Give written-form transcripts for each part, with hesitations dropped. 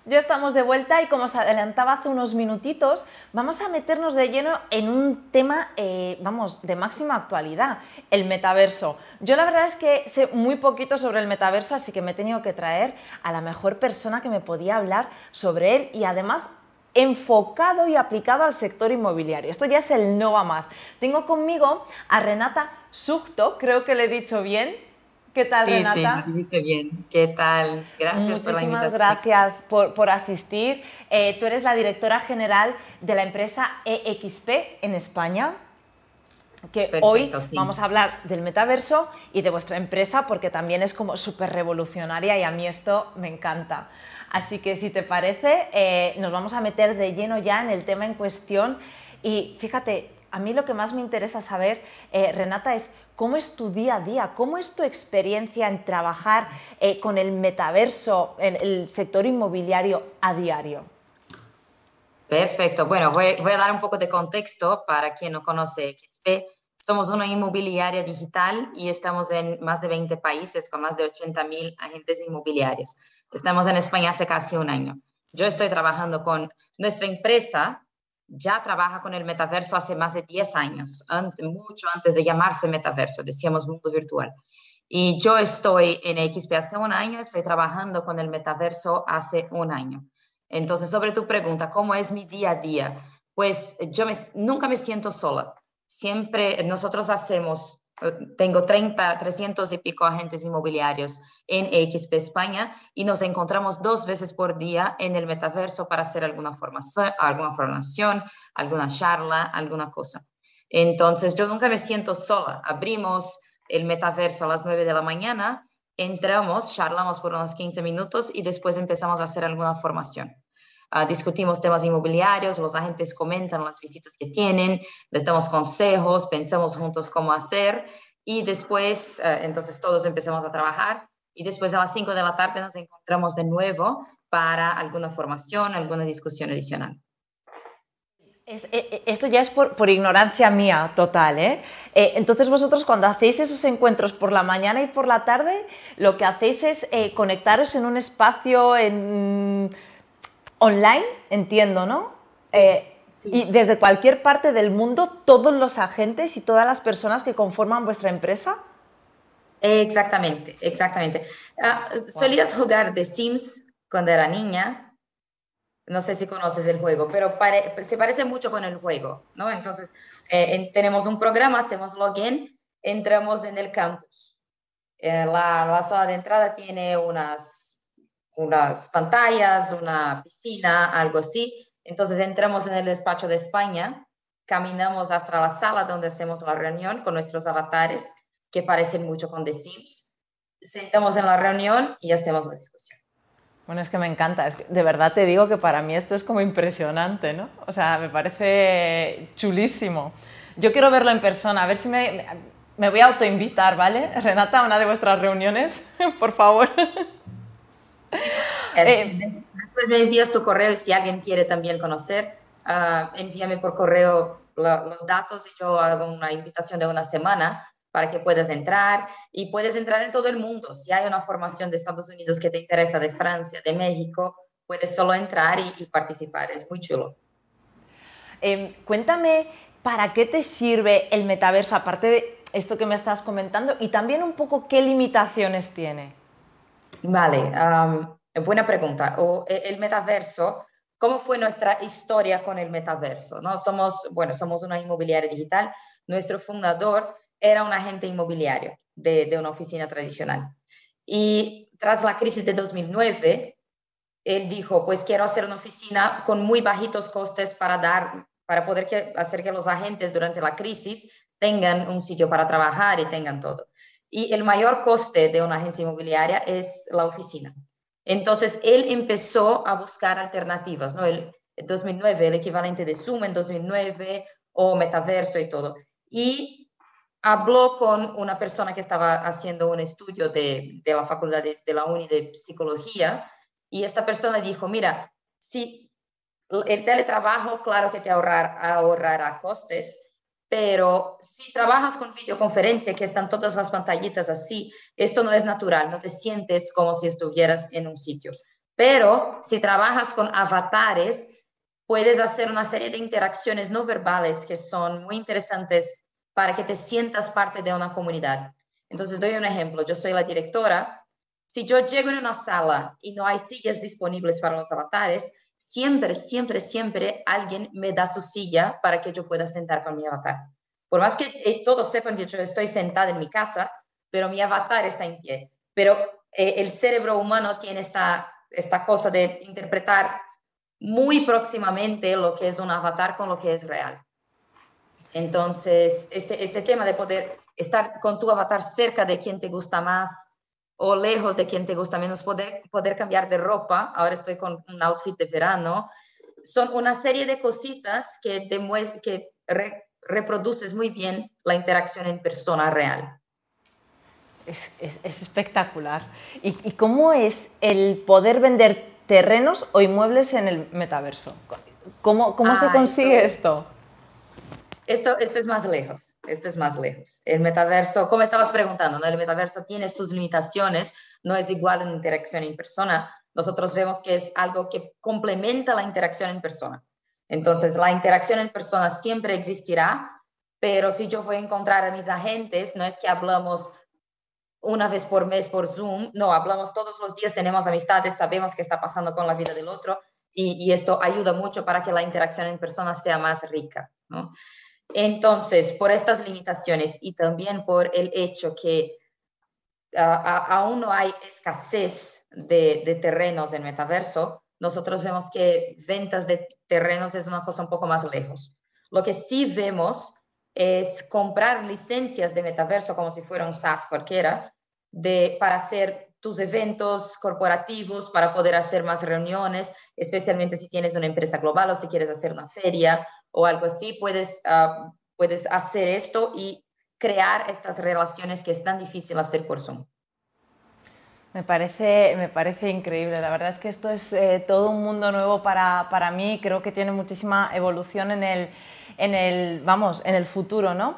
Ya estamos de vuelta y como os adelantaba hace unos minutitos, vamos a meternos de lleno en un tema, vamos, de máxima actualidad, el metaverso. Yo la verdad es que sé muy poquito sobre el metaverso, así que me he tenido que traer a la mejor persona que me podía hablar sobre él y además enfocado y aplicado al sector inmobiliario. Esto ya es el no va más. Tengo conmigo a Renata Sugto, creo que le he dicho bien. ¿Qué tal, Sí, sí, lo Renata? dijiste bien. ¿Qué tal? Gracias por la Muchísimas invitación. gracias por asistir. Tú eres la directora general de la empresa EXP en España, que hoy Perfecto, sí. vamos a hablar del metaverso y de vuestra empresa porque también es como súper revolucionaria y a mí esto me encanta. Así que si te parece, nos vamos a meter de lleno ya en el tema en cuestión y fíjate, a mí lo que más me interesa saber, Renata, es cómo es tu día a día, cómo es tu experiencia en trabajar con el metaverso en el sector inmobiliario a diario. Perfecto. Bueno, voy a dar un poco de contexto para quien no conoce XP. Somos una inmobiliaria digital y estamos en más de 20 países con más de 80.000 agentes inmobiliarios. Estamos en España hace casi un año. Yo estoy trabajando con nuestra empresa, ya trabaja con el metaverso hace más de 10 años, mucho antes de llamarse metaverso, decíamos mundo virtual. Y yo estoy en XP hace un año, estoy trabajando con el metaverso hace un año. Entonces, sobre tu pregunta, ¿cómo es mi día a día? Pues nunca me siento sola. Siempre nosotros tengo 300 y pico agentes inmobiliarios en XP España y nos encontramos 2 veces por día en el metaverso para hacer alguna formación, alguna charla, alguna cosa. Entonces, yo nunca me siento sola. Abrimos el metaverso a las 9 de la mañana, entramos, charlamos por unos 15 minutos y después empezamos a hacer alguna formación. Discutimos temas inmobiliarios, los agentes comentan las visitas que tienen, les damos consejos, pensamos juntos cómo hacer y después, entonces todos empezamos a trabajar y después a las 5 de la tarde nos encontramos de nuevo para alguna formación, alguna discusión adicional. Esto ya es por ignorancia mía total, ¿eh? Entonces vosotros cuando hacéis esos encuentros por la mañana y por la tarde, lo que hacéis es conectaros en un espacio online, entiendo, ¿no? Sí, Y sí. desde cualquier parte del mundo, todos los agentes y todas las personas que conforman vuestra empresa. Exactamente, exactamente. Wow. ¿Solías jugar The Sims cuando era niña? No sé si conoces el juego, pero se parece mucho con el juego, ¿no? Entonces, tenemos un programa, hacemos login, entramos en el campus. La zona de entrada tiene unas pantallas, una piscina, algo así. Entonces, entramos en el despacho de España, caminamos hasta la sala donde hacemos la reunión con nuestros avatares, que parecen mucho con The Sims. Sentamos en la reunión y hacemos la discusión. Bueno, es que me encanta, es que de verdad te digo que para mí esto es como impresionante, ¿no? O sea, me parece chulísimo. Yo quiero verlo en persona, a ver si me voy a autoinvitar, ¿vale? Renata, a una de vuestras reuniones, por favor. Eh, Después me envías tu correo y si alguien quiere también conocer, envíame por correo los datos y yo hago una invitación de una semana para que puedas entrar y puedes entrar en todo el mundo. Si hay una formación de Estados Unidos que te interesa, de Francia, de México, puedes solo entrar y participar. Es muy chulo. Cuéntame, ¿para qué te sirve el metaverso, aparte de esto que me estás comentando, y también un poco qué limitaciones tiene? Vale, buena pregunta. El metaverso, ¿cómo fue nuestra historia con el metaverso? ¿No? Somos una inmobiliaria digital. Nuestro fundador era un agente inmobiliario de una oficina tradicional. Y tras la crisis de 2009, él dijo, pues quiero hacer una oficina con muy bajitos costes para poder hacer que los agentes durante la crisis tengan un sitio para trabajar y tengan todo. Y el mayor coste de una agencia inmobiliaria es la oficina. Entonces, él empezó a buscar alternativas, ¿no? En 2009, el equivalente de Zoom en 2009 o metaverso y todo. Y habló con una persona que estaba haciendo un estudio de la facultad de la Uni de Psicología y esta persona dijo, mira, si el teletrabajo, claro que te ahorrará costes, pero si trabajas con videoconferencia, que están todas las pantallitas así, esto no es natural, no te sientes como si estuvieras en un sitio. Pero si trabajas con avatares, puedes hacer una serie de interacciones no verbales que son muy interesantes para que te sientas parte de una comunidad. Entonces, doy un ejemplo. Yo soy la directora. Si yo llego en una sala y no hay sillas disponibles para los avatares, siempre, siempre, siempre alguien me da su silla para que yo pueda sentar con mi avatar. Por más que todos sepan que yo estoy sentada en mi casa, pero mi avatar está en pie. Pero el cerebro humano tiene esta cosa de interpretar muy próximamente lo que es un avatar con lo que es real. Entonces, este tema de poder estar con tu avatar cerca de quien te gusta más o lejos de quien te gusta menos, poder cambiar de ropa, ahora estoy con un outfit de verano, son una serie de cositas que, reproduces muy bien la interacción en persona real. Es espectacular. ¿Y cómo es el poder vender terrenos o inmuebles en el metaverso? ¿Cómo se consigue esto? Esto es más lejos, esto es más lejos. El metaverso, como estabas preguntando, ¿no? El metaverso tiene sus limitaciones, no es igual en interacción en persona. Nosotros vemos que es algo que complementa la interacción en persona. Entonces, la interacción en persona siempre existirá, pero si yo voy a encontrar a mis agentes, no es que hablamos una vez por mes por Zoom, no, hablamos todos los días, tenemos amistades, sabemos qué está pasando con la vida del otro y esto ayuda mucho para que la interacción en persona sea más rica, ¿no? Entonces, por estas limitaciones y también por el hecho que aún no hay escasez de terrenos en metaverso, nosotros vemos que ventas de terrenos es una cosa un poco más lejos. Lo que sí vemos es comprar licencias de metaverso como si fuera un SaaS cualquiera, para hacer tus eventos corporativos, para poder hacer más reuniones, especialmente si tienes una empresa global o si quieres hacer una feria o algo así, puedes hacer esto y crear estas relaciones que es tan difícil hacer por Zoom. Me parece increíble. La verdad es que esto es todo un mundo nuevo para mí. Creo que tiene muchísima evolución en el futuro, ¿no?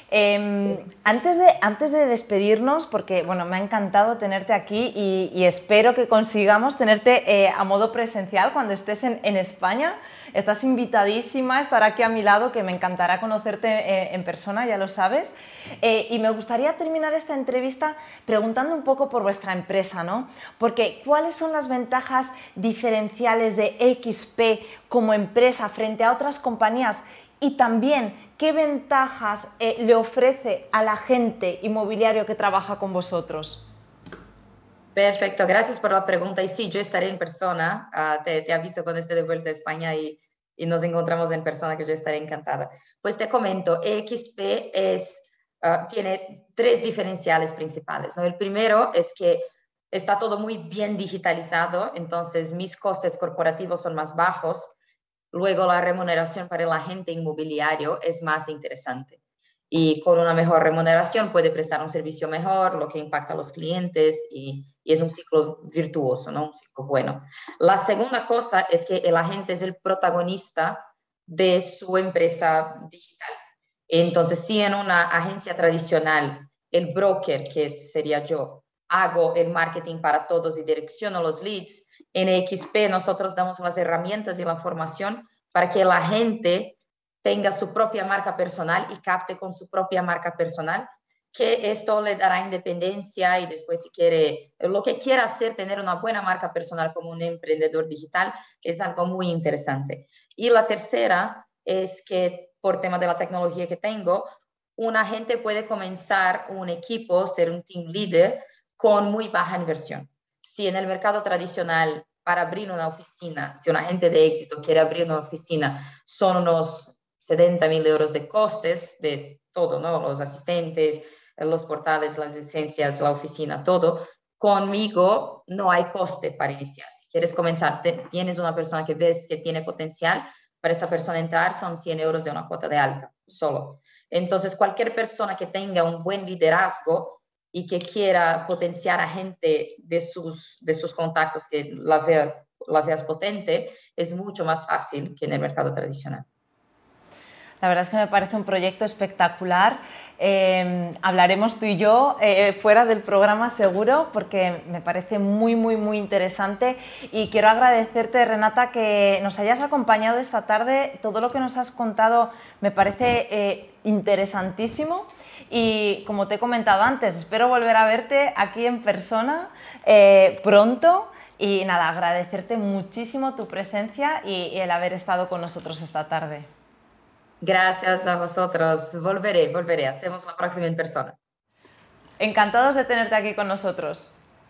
Antes de despedirnos, porque bueno, me ha encantado tenerte aquí y espero que consigamos tenerte a modo presencial cuando estés en España. Estás invitadísima a estar aquí a mi lado, que me encantará conocerte en persona, ya lo sabes. Y me gustaría terminar esta entrevista preguntando un poco por vuestra empresa, ¿no? Porque ¿cuáles son las ventajas diferenciales de XP como empresa frente a otras compañías? Y también, ¿qué ventajas le ofrece al agente inmobiliario que trabaja con vosotros? Perfecto, gracias por la pregunta. Y sí, yo estaré en persona. Te aviso cuando esté de vuelta a España y nos encontramos en persona, que yo estaré encantada. Pues te comento, EXP tiene tres diferenciales principales, ¿no? El primero es que está todo muy bien digitalizado, entonces mis costes corporativos son más bajos. Luego la remuneración para el agente inmobiliario es más interesante. Y con una mejor remuneración puede prestar un servicio mejor, lo que impacta a los clientes y es un ciclo virtuoso, ¿no? Un ciclo bueno. La segunda cosa es que el agente es el protagonista de su empresa digital. Entonces, si en una agencia tradicional, el broker, que sería yo, hago el marketing para todos y direcciono los leads, en XP nosotros damos las herramientas y la formación para que la gente tenga su propia marca personal y capte con su propia marca personal, que esto le dará independencia y después si quiere, lo que quiera hacer, tener una buena marca personal como un emprendedor digital, es algo muy interesante. Y la tercera es que por tema de la tecnología que tengo, un agente puede comenzar un equipo, ser un team leader con muy baja inversión. Si en el mercado tradicional, para abrir una oficina, si un agente de éxito quiere abrir una oficina, son unos 70.000 euros de costes de todo, ¿no? Los asistentes, los portales, las licencias, la oficina, todo. Conmigo no hay coste para iniciar. Si quieres comenzar, tienes una persona que ves que tiene potencial, para esta persona entrar son 100 euros de una cuota de alta, solo. Entonces, cualquier persona que tenga un buen liderazgo y que quiera potenciar a gente de sus contactos, que la veas potente, es mucho más fácil que en el mercado tradicional. La verdad es que me parece un proyecto espectacular. Hablaremos tú y yo fuera del programa seguro, porque me parece muy, muy, muy interesante, y quiero agradecerte, Renata, que nos hayas acompañado esta tarde. Todo lo que nos has contado me parece interesantísimo, y como te he comentado antes, espero volver a verte aquí en persona pronto. Y nada, agradecerte muchísimo tu presencia y el haber estado con nosotros esta tarde. Gracias a vosotros. Volveré. Hacemos la próxima en persona. Encantados de tenerte aquí con nosotros.